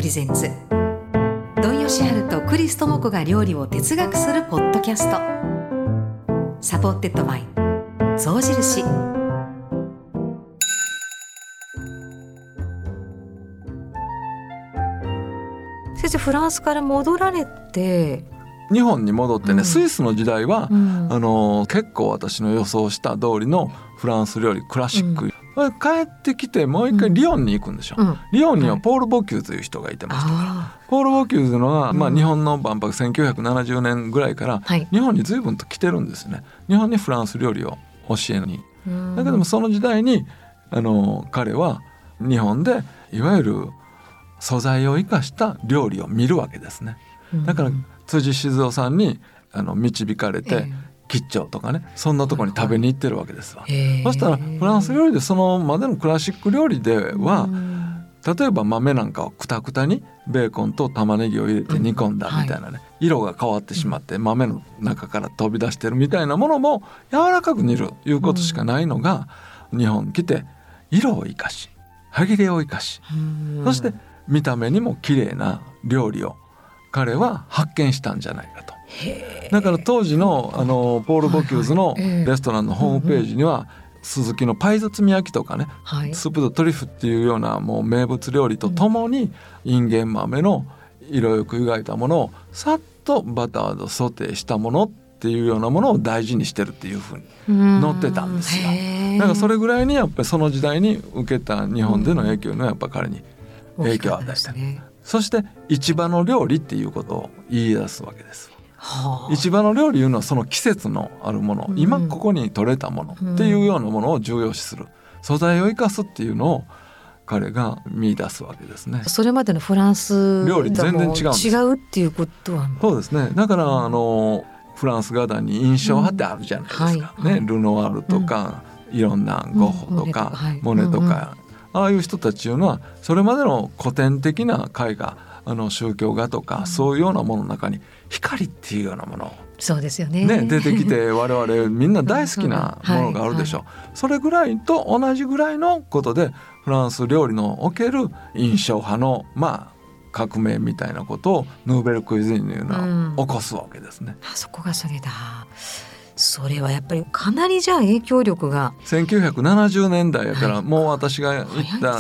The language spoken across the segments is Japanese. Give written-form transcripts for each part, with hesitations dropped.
リゼンツ、土井善晴とクリス智子が料理を哲学するポッドキャスト、サポーテッドバイ象印。先生、フランスから戻られて日本に戻ってね、スイスの時代は、結構私の予想した通りのフランス料理、クラシック、帰ってきてもう一回リヨンに行くんでしょ、リヨンにはポール・ボキューズという人がいてましたから、ポール・ボキューズのは、日本の万博1970年ぐらいから日本に随分と来てるんですね。日本にフランス料理を教えに。だけどもその時代に彼は日本でいわゆる素材を生かした料理を見るわけですね。だから辻静雄さんに導かれて、吉兆とかね、そんなところに食べに行ってるわけですわ。そしたらフランス料理でそのまでのクラシック料理では、例えば豆なんかをくたくたにベーコンと玉ねぎを入れて煮込んだみたいなね、色が変わってしまって豆の中から飛び出してるみたいなものも柔らかく煮るいうことしかないのが、日本に来て色を生かし歯切れを生かし、そして見た目にも綺麗な料理を彼は発見したんじゃないかと。だから当時のポール・ボキューズのレストランのホームページには、スズキのパイ包み焼きとかね、スープ・ド・トリュフっていうようなもう名物料理とともに、インゲン豆の色よく湯がいたものをさっとバターとソテーしたものっていうようなものを大事にしてるっていうふうに載ってたんですよ。だからそれぐらいにやっぱりその時代に受けた日本での影響のやっぱ彼に影響を与えてる。そして市場の料理っていうことを言い出すわけです。市場の料理いうのはその季節のあるもの、今ここに採れたものっていうようなものを重要視する、素材を生かすっていうのを彼が見出すわけですね。 それまでのフランス料理全然違うんです。 違うっていうことは。 そうですね。だからフランス画壇に印象派ってあるじゃないですか、ルノワールとか、いろんなゴッホとか、モネとか、ああいう人たちいうのはそれまでの古典的な絵画、宗教画とか、そういうようなものの中に光っていうようなものを、 そうですよね、 出てきて我々みんな大好きなものがあるでしょ、それぐらいと同じぐらいのことでフランス料理のおける印象派の革命みたいなことをヌーベルクイズンというのを起こすわけですね。 そこがそれだ。それはやっぱりかなりじゃあ影響力が 1970年代やから、もう私が言った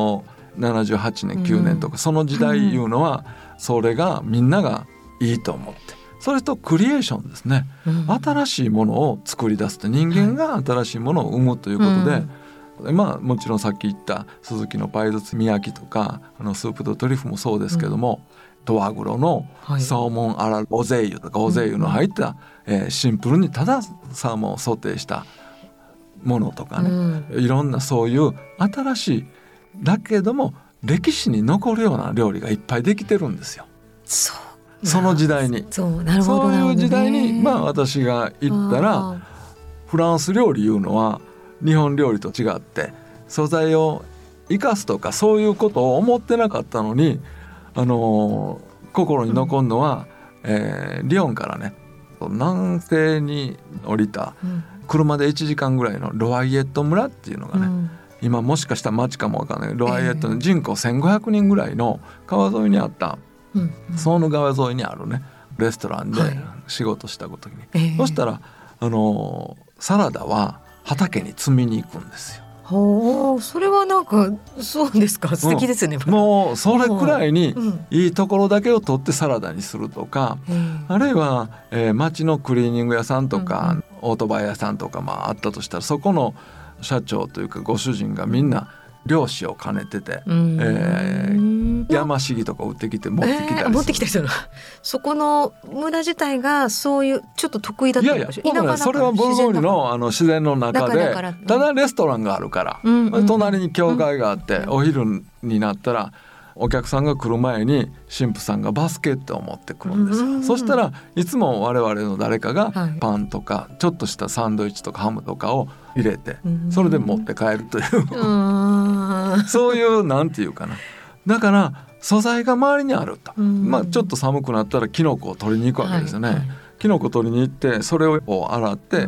78年9年とか、その時代いうのは、それがみんながいいと思って、それとクリエーションですね、新しいものを作り出すって、人間が新しいものを生むということで、もちろんさっき言ったスズキのパイ包み焼きとか、スープ・ド・トリュフもそうですけども、トワグロのサーモン・アラ・オゼイユとか、オゼイユの入った、シンプルにただサーモンをソテーしたものとかね、いろんなそういう新しいだけども歴史に残るような料理がいっぱいできてるんですよ。その時代に、そういう時代に、私が行ったら、フランス料理いうのは日本料理と違って素材を生かすとかそういうことを思ってなかったのに、心に残るのは、リヨンからね、南西に降りた車で1時間ぐらいのロワイエット村っていうのがね、今もしかしたら町かもわからない、ロワイエットの人口1500人ぐらいの川沿いにあった、ソーヌ川沿いにあるねレストランで仕事した時に、そしたらサラダは畑に摘みに行くんですよ。 それはなんかそうですか、素敵ですね。 もうそれくらいにいいところだけを取ってサラダにするとか、あるいは、町のクリーニング屋さんとか、オートバイ屋さんとかあったとしたら、そこの社長というかご主人がみんな漁師を兼ねてて、山シギとか売ってきて持ってきたりする、 持ってきたりする。そこの村自体がそういうちょっと得意だったんでしょ。 それはボルゴーニュの自然の中で、ただレストランがあるから、隣に教会があって、お昼になったらお客さんが来る前に神父さんがバスケットを持ってくるんですよ。そしたらいつも我々の誰かがパンとかちょっとしたサンドイッチとかハムとかを入れて、それで持って帰るというそういうなんていうかな、だから素材が周りにあると、ちょっと寒くなったらキノコを取りに行くわけですよね。キノコ取りに行ってそれを洗って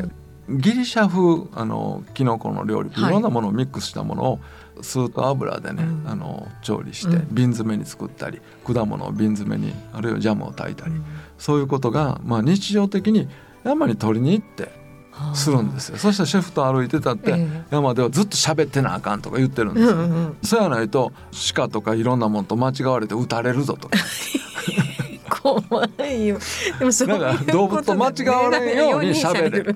ギリシャ風キノコの料理、いろんなものをミックスしたものを酢と油でね、調理して瓶詰めに作ったり、果物を瓶詰めにあるいはジャムを炊いたり、そういうことが、日常的に山に取りに行ってするんですよ。そしたらシェフと歩いてたって、山ではずっと喋ってなあかんとか言ってるんですよ、そうやないと鹿とかいろんなものと間違われて撃たれるぞとか怖いよ。でもそういうことだね、 だから動物と間違われんように喋れる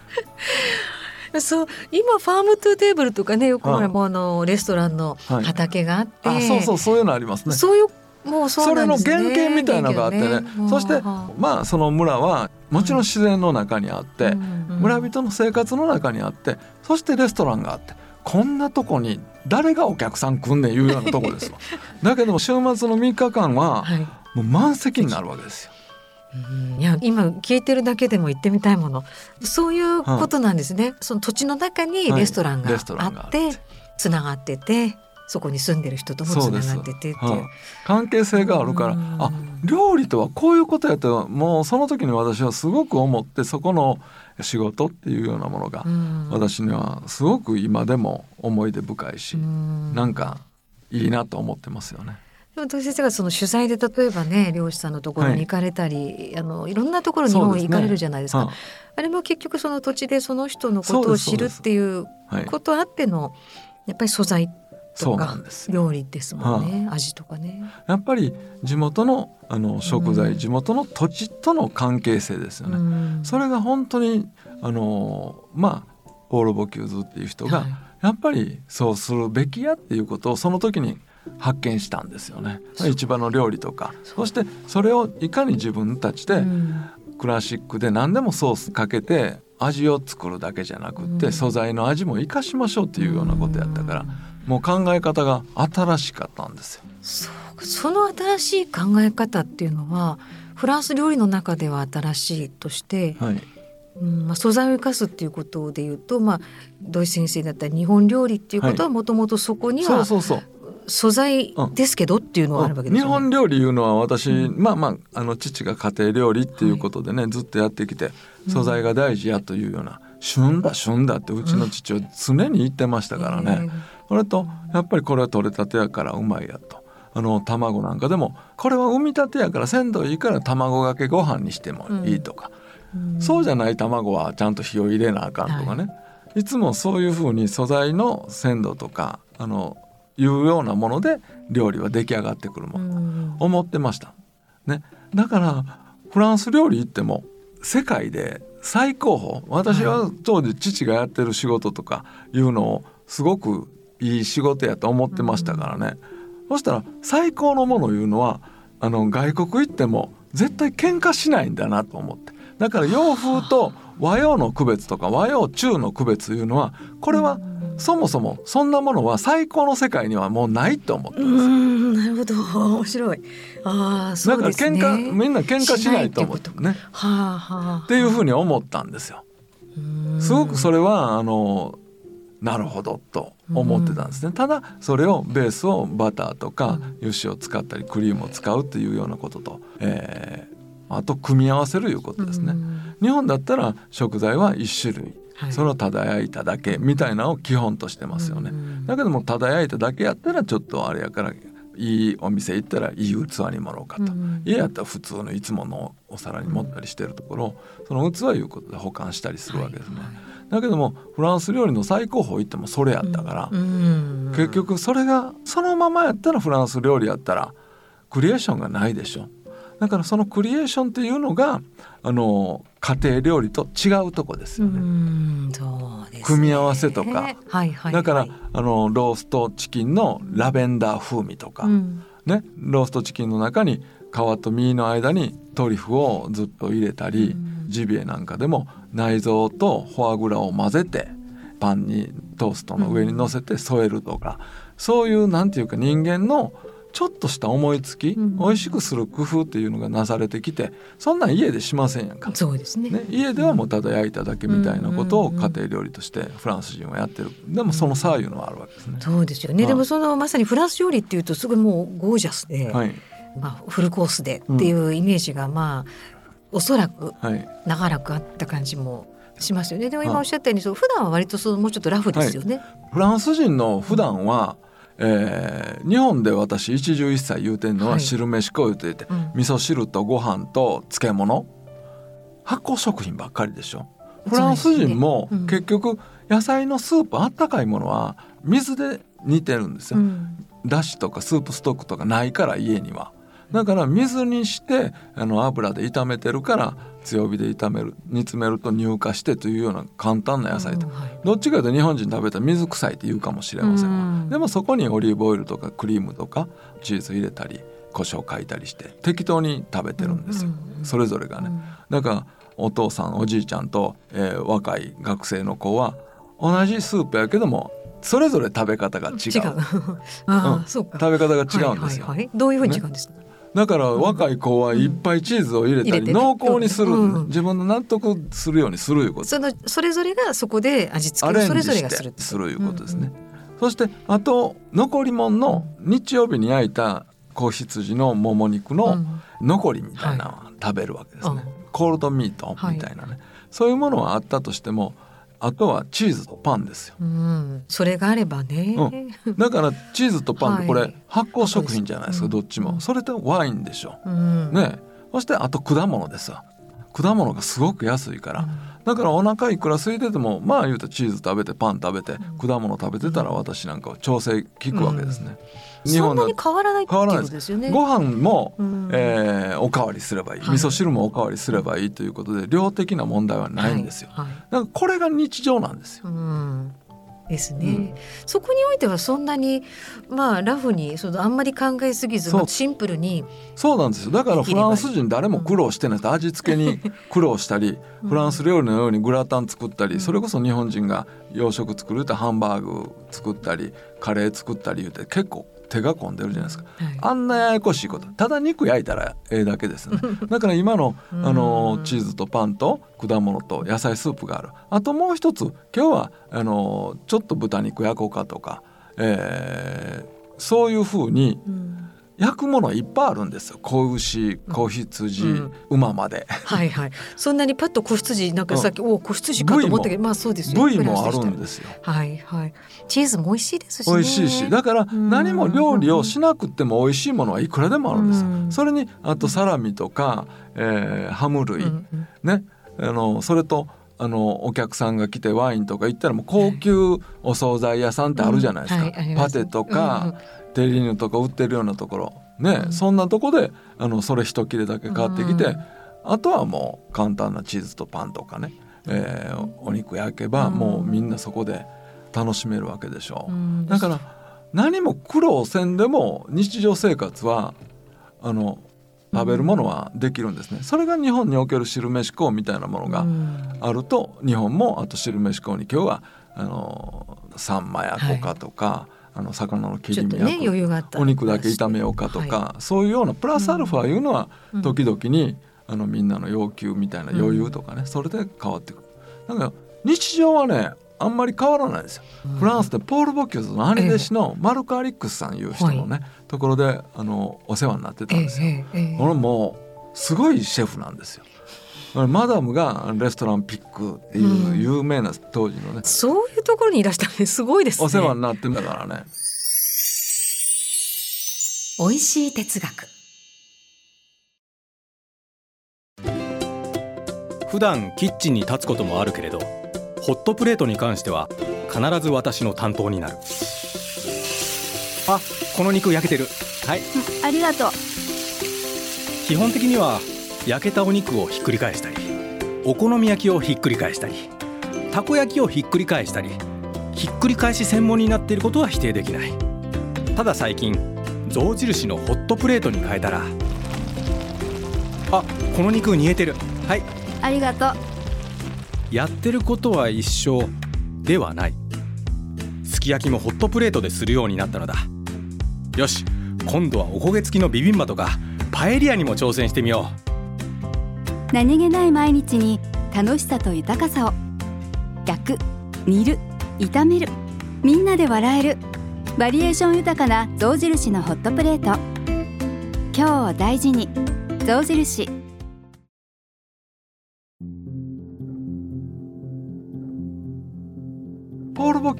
そう、今ファームトゥーテーブルとかね、よくレストランの畑があって、 そういうのありますね。 そういうもうそうなんですね、 それの原型みたいなのがあってね、そしてその村はもちろん自然の中にあって、村人の生活の中にあって、そしてレストランがあって、こんなとこに誰がお客さん来んねんいうようなとこですわだけども週末の3日間はもう満席になるわけですよ。 いや、今聞いてるだけでも行ってみたいもの、そういうことなんですね、その土地の中にレストランがあって、つながってて、そこに住んでる人ともつながっててっていう、 関係性があるから、料理とはこういうことやと、もうその時に私はすごく思って、そこの仕事っていうようなものが私にはすごく今でも思い出深いし、なんかいいなと思ってますよね。 でも土井先生がその取材で例えばね、漁師さんのところに行かれたり、いろんなところに日本行かれるじゃないですか。あれも結局その土地でその人のことを知るっていうことあっての、やっぱり素材とか料理ですもんね、味とかね。 やっぱり地元の食材、地元の土地との関係性ですよね。それが本当にポール・ボキューズっていう人がやっぱりそうするべきやっていうことをその時に発見したんですよね。市場の料理とか、そしてそれをいかに自分たちでクラシックで何でもソースかけて味を作るだけじゃなくって、素材の味も生かしましょうっていうようなことやったから、もう考え方が新しかったんですよ。 その新しい考え方っていうのはフランス料理の中では新しいとして、素材を生かすっていうことでいうと、土井先生だったら日本料理っていうことはもともとそこには素材ですけどっていうのはあるわけですよね。 日本料理いうのは私、父が家庭料理っていうことでね、ずっとやってきて、素材が大事やというような、旬だってうちの父は常に言ってましたからね。それとやっぱりこれは取れたてやからうまいやと、卵なんかでもこれは産みたてやから鮮度いいから卵かけご飯にしてもいいとか、そうじゃない卵はちゃんと火を入れなあかんとかね、いつもそういうふうに素材の鮮度とかいうようなもので料理は出来上がってくるものと思ってました、ね。だからフランス料理行っても世界で最高峰、私は当時父がやってる仕事とかいうのをすごくいい仕事やと思ってましたからね。そしたら最高のものいうのは外国行っても絶対喧嘩しないんだなと思って、だから洋風と和洋の区別とか和洋中の区別いうのは、これはそもそもそんなものは最高の世界にはもうないと思ってます。 なるほど、面白い。そうですね。 だからみんな喧嘩しないと思ってね、っていうふうに思ったんですよ。すごくそれはなるほどと思ってたんですね。ただそれをベースをバターとか油脂を使ったりクリームを使うっていうようなことと、あと組み合わせるいうことですね。日本だったら食材は1種類、それをただ焼いただけみたいなのを基本としてますよね。だけどもただ焼いただけやったらちょっとあれやから、いいお店行ったらいい器に盛ろうかと、家やったら普通のいつものお皿に盛ったりしてるところを、その器いうことで保管したりするわけですね。だけどもフランス料理の最高峰行ってもそれやったから、結局それがそのままやったらフランス料理やったらクリエーションがないでしょ。だからそのクリエーションっていうのが家庭料理と違うとこですよね。 そうですね、 組み合わせとか、だからローストチキンのラベンダー風味とか、ローストチキンの中に皮と身の間にトリュフをずっと入れたり、ジビエなんかでも内臓とフォアグラを混ぜてパンにトーストの上に乗せて添えるとか、そういうなんていうか人間のちょっとした思いつき、美味しくする工夫っていうのがなされてきて、そんなん家でしませんやんか。 そうですね。 家ではもうただ焼いただけみたいなことを家庭料理としてフランス人はやってる。でもその差いうのはあるわけですね。 そうですよね。でもまさにフランス料理っていうとすごいもうゴージャスで、フルコースでっていうイメージがおそらく長らくあった感じもしますよね。でも今おっしゃったように普段は割ともうちょっとラフですよね、はい、 フランス人の普段は、日本で私一汁一菜言うてんのは汁飯粉言うてて、味噌汁とご飯と漬物、発酵食品ばっかりでしょ。フランス人も結局野菜のスープ、あったかいものは水で煮てるんですよ、だしとかスープストックとかないから家には。だから水にして油で炒めてるから強火で炒める、煮詰めると乳化してというような簡単な野菜と、どっちかというと日本人食べたら水臭いって言うかもしれません、でもそこにオリーブオイルとかクリームとかチーズ入れたり胡椒かいたりして適当に食べてるんですよ、それぞれがね。だからお父さんおじいちゃんと、若い学生の子は同じスープやけどもそれぞれ食べ方が違う。 そうか、 食べ方が違うんですよ、 どういうふうに違うんですか？ だから若い子はいっぱいチーズを入れたり濃厚にする、自分の納得するようにするいうこと、 それぞれがそこで味付けをそれぞれがするいうことですね、そしてあと残り物の日曜日に焼いた子羊のもも肉の残りみたいなのを食べるわけですね、コールドミートみたいなね、そういうものはあったとしてもあとはチーズとパンですよ、 それがあればね、 だからチーズとパンってこれ発酵食品じゃないですか、どっちも。それとワインでしょ、ね。そしてあと果物ですわ。果物がすごく安いから、だからお腹いくら空いててもまあ言うとチーズ食べてパン食べて果物食べてたら私なんかは調整効くわけですね、 そんなに変わらないってことですよね。 ご飯も、おかわりすればいい、味噌汁もおかわりすればいいということで量的な問題はないんですよ、だからこれが日常なんですよ、 ですね、そこにおいてはそんなにラフにあんまり考えすぎずシンプルに。 そうなんですよ。だからフランス人誰も苦労してないです、味付けに苦労したりフランス料理のようにグラタン作ったり、それこそ日本人が洋食作るとハンバーグ作ったりカレー作ったり言うて結構手が込んでるじゃないですか、あんなややこしいことただ肉焼いたらだけですねだから今の、チーズとパンと果物と野菜スープがある。あともう一つ今日はちょっと豚肉焼こうかとか、そういうふうに焼くものいっぱいあるんですよ。子牛、子羊、馬までそんなにパッと子羊なんかさっき子羊かと思ったけど、そうですよ、 部位もあるんですよ。 チーズも美味しいですしね。 美味しいし、だから何も料理をしなくても美味しいものはいくらでもあるんですよ、それにあとサラミとか、ハム類、ね、それとお客さんが来てワインとか行ったらもう高級お惣菜屋さんってあるじゃないですか、パテとか、テリーヌとか売ってるようなところね、そんなとこでそれ一切れだけ買ってきて、あとはもう簡単なチーズとパンとかね、お肉焼けばもうみんなそこで楽しめるわけでしょう、だから何も苦労せんでも日常生活は食べるものはできるんですね。それが日本における汁飯香みたいなものがあると、日本もあと汁飯香に今日はサンマ焼こうかとか、魚の切り身焼く、お肉だけ炒めようかとか、そういうようなプラスアルファいうのは時々にみんなの要求みたいな余裕とかね、それで変わってくる。だから日常はねあんまり変わらないですよ、フランスでポール・ボキューズの兄弟子のマルク・アリックスさんいう人のね、ところでお世話になってたんですよ、俺もうすごいシェフなんですよ。マダムがレストランピックっていう有名な当時のね、 そういうところにいらしたんですごいですね。 お世話になってんだからね。 美味しい哲学。 普段キッチンに立つこともあるけれど、ホットプレートに関しては必ず私の担当になる。あ、この肉焼けてる。はい、 ありがとう。 基本的には焼けたお肉をひっくり返したり、お好み焼きをひっくり返したり、たこ焼きをひっくり返したり、ひっくり返し専門になっていることは否定できない。ただ最近象印のホットプレートに変えたら、あ、この肉煮えてる。はい、 ありがとう。 やってることは一緒ではない。すき焼きもホットプレートでするようになったのだ。よし、今度はおこげ付きのビビンバとかパエリアにも挑戦してみよう。 何気ない毎日に楽しさと豊かさを。焼く、煮る、炒める、みんなで笑える。バリエーション豊かな象印のホットプレート。今日を大事に、象印。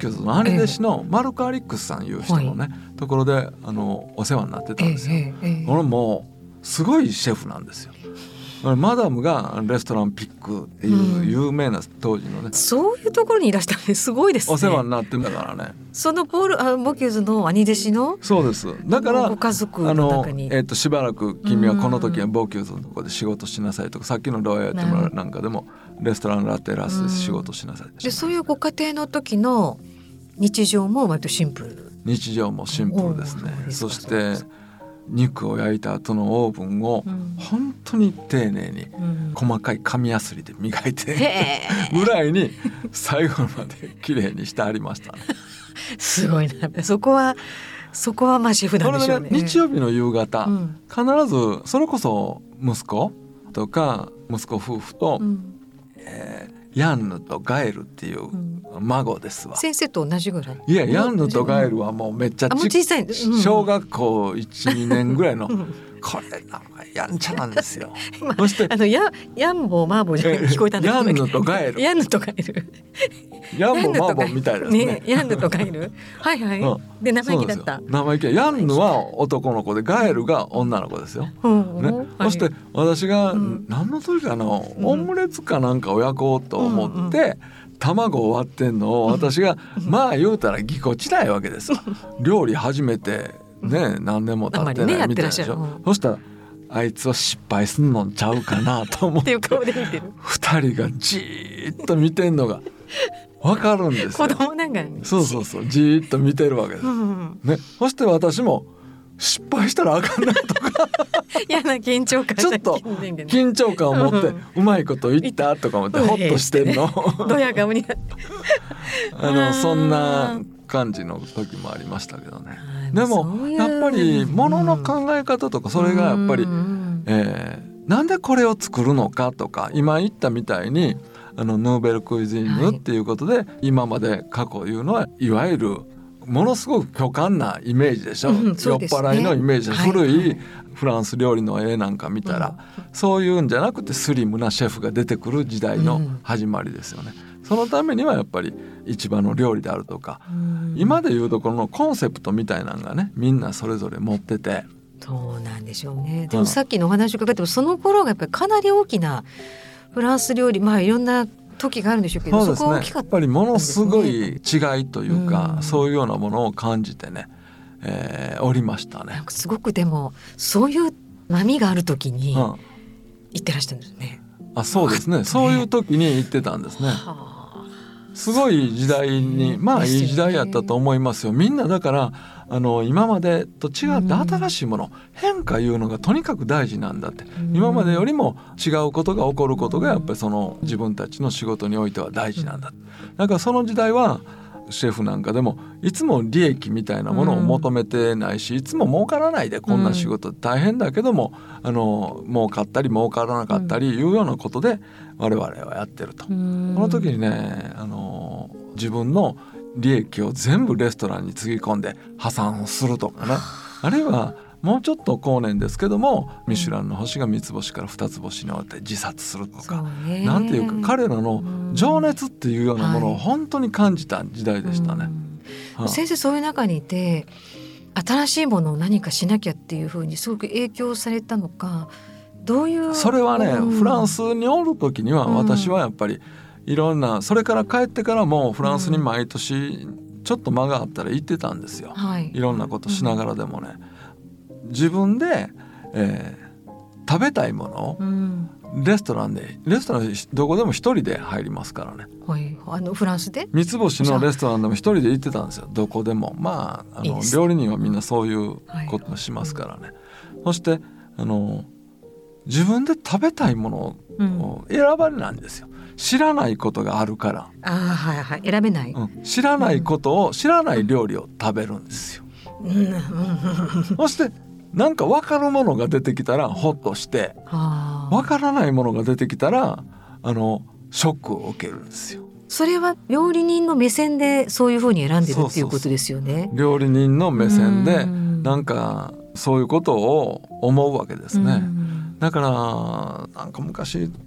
キューズの兄弟子のマルコ・アリックスさんいう人のね、ところでお世話になってたんですよ。俺もうすごいシェフなんですよ。マダムがレストランピックっていう有名な当時のね、 そういうところにいらしたんですごいですね。 お世話になってんだからね。 そのボキューズの兄弟子のそうです。だからご家族の中にしばらく君はこの時はボキューズのところで仕事しなさいとか、さっきのロイヤルやってもらうなんかでもレストランラテラスで仕事しなさいで、そういうご家庭の時の日常も割とシンプル。 日常もシンプルですね。そして肉を焼いた後のオーブンを本当に丁寧に細かい紙やすりで磨いてぐらいに最後まで綺麗にしてありましたね。 すごいな。そこはまあシェフなんでしょうね。 日曜日の夕方、必ずそれこそ息子とか息子夫婦と、ヤンヌとガエルっていう孫ですわ。 先生と同じぐらい。 いや、ヤンヌとガエルはもうめっちゃ小さい、 小学校 1,2 年ぐらいのこれ名前やんちゃなんですよ。 そしてヤンボーマーボーじゃ聞こえたんだけど、 ヤンヌとガエル、 ヤンヌとガエル、 ヤンボーマーボーみたいですね。 ヤンヌとガエル、はいはい、で生意気だった。 生意気。ヤンヌは男の子でガエルが女の子ですよ、そして私が何の時かのオムレツかなんかを焼こうと思って卵を割ってんのを私がまあ言うたらぎこちないわけですよ。料理始めてね、何年も経ってないみたいでしょ。そしたらあいつは失敗すんのちゃうかなと思って二人がじーっと見てんのが分かるんですよ。 子供なんかね。 そうじーっと見てるわけです、ね。そして私も失敗したらあかんなとか嫌な緊張感、 ちょっと緊張感を持ってうまいこと言ったとか思ってホッとしてんのドヤ顔になってそんな感じの時もありましたけどね。でもやっぱり物の考え方とか、それがやっぱり、なんでこれを作るのかとか、今言ったみたいにヌーベルクイズイヌっていうことで、今まで過去いうのはいわゆるものすごく巨漢なイメージでしょ、酔っ払いのイメージ、古いフランス料理の絵なんか見たら、そういうんじゃなくてスリムなシェフが出てくる時代の始まりですよね。そのためにはやっぱり市場の料理であるとか、今でいうところのコンセプトみたいなのがね、みんなそれぞれ持ってて。 そうなんでしょうね。でもさっきのお話を伺っても、その頃がやっぱりかなり大きなフランス料理、まあいろんな時があるんでしょうけど、 そうですね、 そこは大きかったんですね。 やっぱりものすごい違いというか、そういうようなものを感じてね、おりましたね。 なんかすごくでもそういう波がある時に行ってらしたんですね。 そうですね、そういう時に行ってたんですね。すごい時代に、まあいい時代やったと思いますよ。みんなだから今までと違って新しいもの、変化いうのがとにかく大事なんだって、今までよりも違うことが起こることがやっぱりその自分たちの仕事においては大事なんだ。だからその時代はシェフなんかでもいつも利益みたいなものを求めてないし、いつも儲からないでこんな仕事大変だけども、儲かったり儲からなかったりいうようなことで我々はやってると。この時にね、自分の利益を全部レストランにつぎ込んで破産をするとかね、あるいはもうちょっと後年ですけども、ミシュランの星が3つ星から2つ星に終わって自殺するとか、なんていうか彼らの情熱っていうようなものを本当に感じた時代でしたね。 先生、そういう中にいて新しいものを何かしなきゃっていうふうにすごく影響されたのか、どういう。 それはね、フランスにおる時には私はやっぱりいろんな、それから帰ってからもフランスに毎年ちょっと間があったら行ってたんですよ、いろんなことしながらでもね、自分で、食べたいものを、レストランどこでも一人で入りますからね、 フランスで三つ星のレストランでも一人で行ってたんですよ、どこでも。まあ料理人はみんなそういうことをしますからね、そして自分で食べたいものを選ばれないんですよ。知らないことがあるから。 選べない、 知らないことを、知らない料理を食べるんですよ、そしてなんか分かるものが出てきたらホッとして、分からないものが出てきたらショックを受けるんですよ。 それは料理人の目線でそういうふうに選んでるっていうことですよね。 料理人の目線でなんかそういうことを思うわけですね。だからなんか昔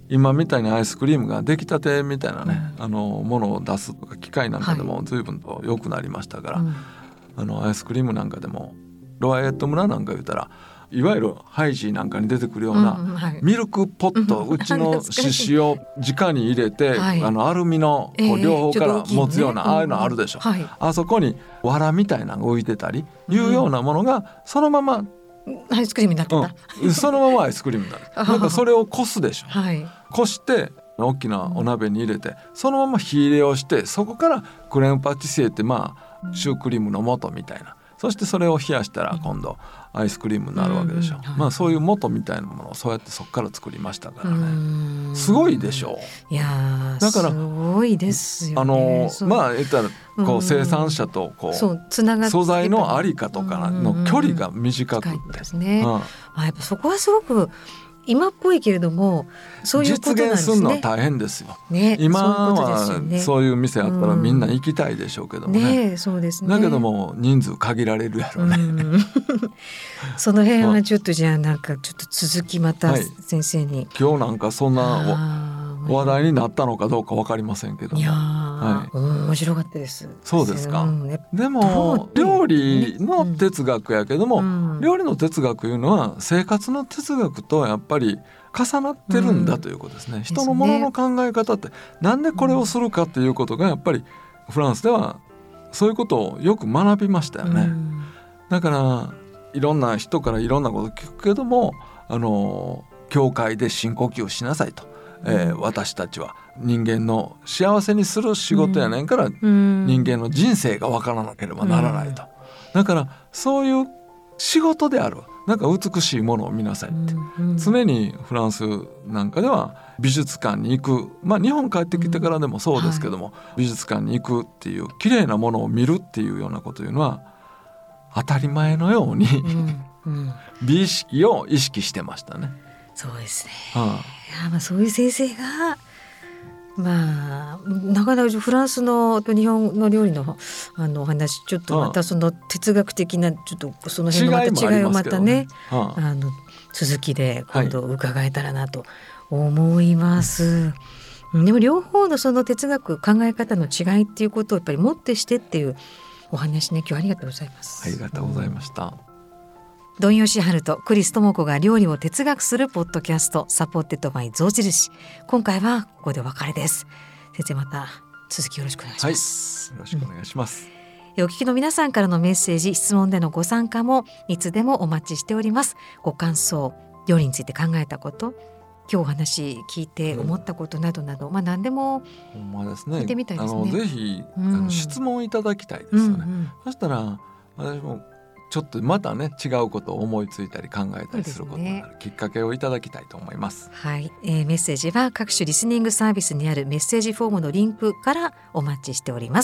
今みたいにアイスクリームが出来たてみたいなね、ものを出すとか機械なんかでも随分と良くなりましたから、アイスクリームなんかでもロワイエット村なんか言ったらいわゆるハイジーなんかに出てくるようなミルクポット、うちの獅子を直に入れて、アルミのこう両方から持つような、ああいうのあるでしょ、あそこに藁みたいなのが浮いてたりいうようなものがそのままアイスクリームになってた、 そのままアイスクリームになるなんかそれをこすでしょ、こして大きなお鍋に入れてそのまま火入れをして、そこからクレームパティシエってシュークリームの素みたいな、そしてそれを冷やしたら今度アイスクリームになるわけでしょ、そういう素みたいなものをそうやってそこから作りましたからね。すごいでしょう。 いやだからすごいですよね。 言ったらこう生産者とこうつながって素材のありかとかの距離が短くて、 ですね。やっぱそこはすごく今っぽいけれどもそういうことなんですね。 実現するのは大変ですよ、今はそういう店あったらみんな行きたいでしょうけどもね、 そうですね。 だけども人数限られるやろね、 その辺はちょっとじゃあなんかちょっと続きまた先生に、 今日なんかそんな話題になったのかどうか分かりませんけども、 面白かったです。 そうですか、でも料理の哲学やけども、料理の哲学いうのは生活の哲学とやっぱり重なってるんだということですね、人のものの考え方ってなんでこれをするかっていうことがやっぱりフランスではそういうことをよく学びましたよね、だからいろんな人からいろんなこと聞くけども教会で深呼吸しなさいと、私たちは人間の幸せにする仕事やねんから、人間の人生が分からなければならないと、だからそういう仕事であるなんか美しいものを見なさいって、常にフランスなんかでは美術館に行く、日本帰ってきてからでもそうですけども、美術館に行くっていう綺麗なものを見るっていうようなこというのは当たり前のように、美意識を意識してましたね。 そうですね、そういう先生がなかなかフランスのと日本の料理のお話ちょっとまたその哲学的なちょっとその辺のまた違いをまたね続きで今度伺えたらなと思います、でも両方のその哲学考え方の違いっていうことをやっぱりもってしてっていうお話ね、今日ありがとうございます。 ありがとうございました。 ドンヨシハルとクリス智子が料理を哲学するポッドキャストサポーテッドバイ象印、今回はここでお別れです。先生また続きよろしくお願いします。 よろしくお願いします、 お聞きの皆さんからのメッセージ質問でのご参加もいつでもお待ちしております。ご感想、料理について考えたこと、今日お話聞いて思ったことなどなど、何でも聞いてみたいですね。 ぜひ質問いただきたいですよね、そしたら私もちょっとまたね違うことを思いついたり考えたりすることになるきっかけをいただきたいと思います。 メッセージは各種リスニングサービスにあるメッセージフォームのリンクからお待ちしております。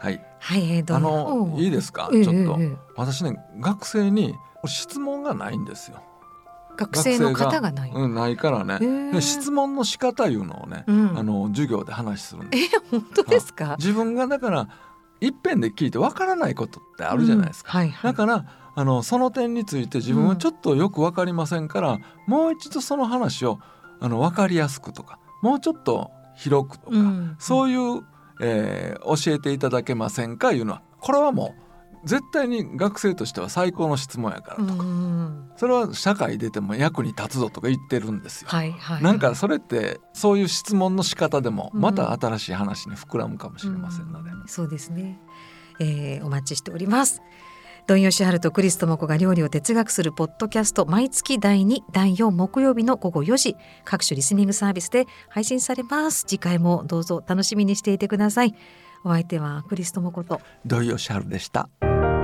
いいですか、ちょっと私ね学生に質問がないんですよ。 学生の方がない、 ないからね、質問の仕方いうのをね、授業で話するんです。 本当ですか。 自分がだから一遍で聞いてわからないことってあるじゃないですか、だからその点について自分はちょっとよくわかりませんから、もう一度その話をわかりやすくとかもうちょっと広くとか、そういう、教えていただけませんかいうのはこれはもう絶対に学生としては最高の質問やからとか、それは社会出ても役に立つぞとか言ってるんですよ、なんかそれってそういう質問の仕方でもまた新しい話に膨らむかもしれませんので、 そうですね、お待ちしております。ドンヨシハルとクリス智子が料理を哲学するポッドキャスト、毎月第2、第4木曜日の午後4時各種リスニングサービスで配信されます。次回もどうぞ楽しみにしていてください。お相手はクリス智子とドンヨシハルでした。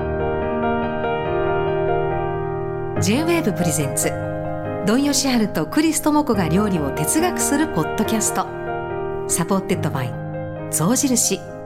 J-WAVE プレゼンツドンヨシハルとクリス智子が料理を哲学するポッドキャスト、サポーテッドバイ象印。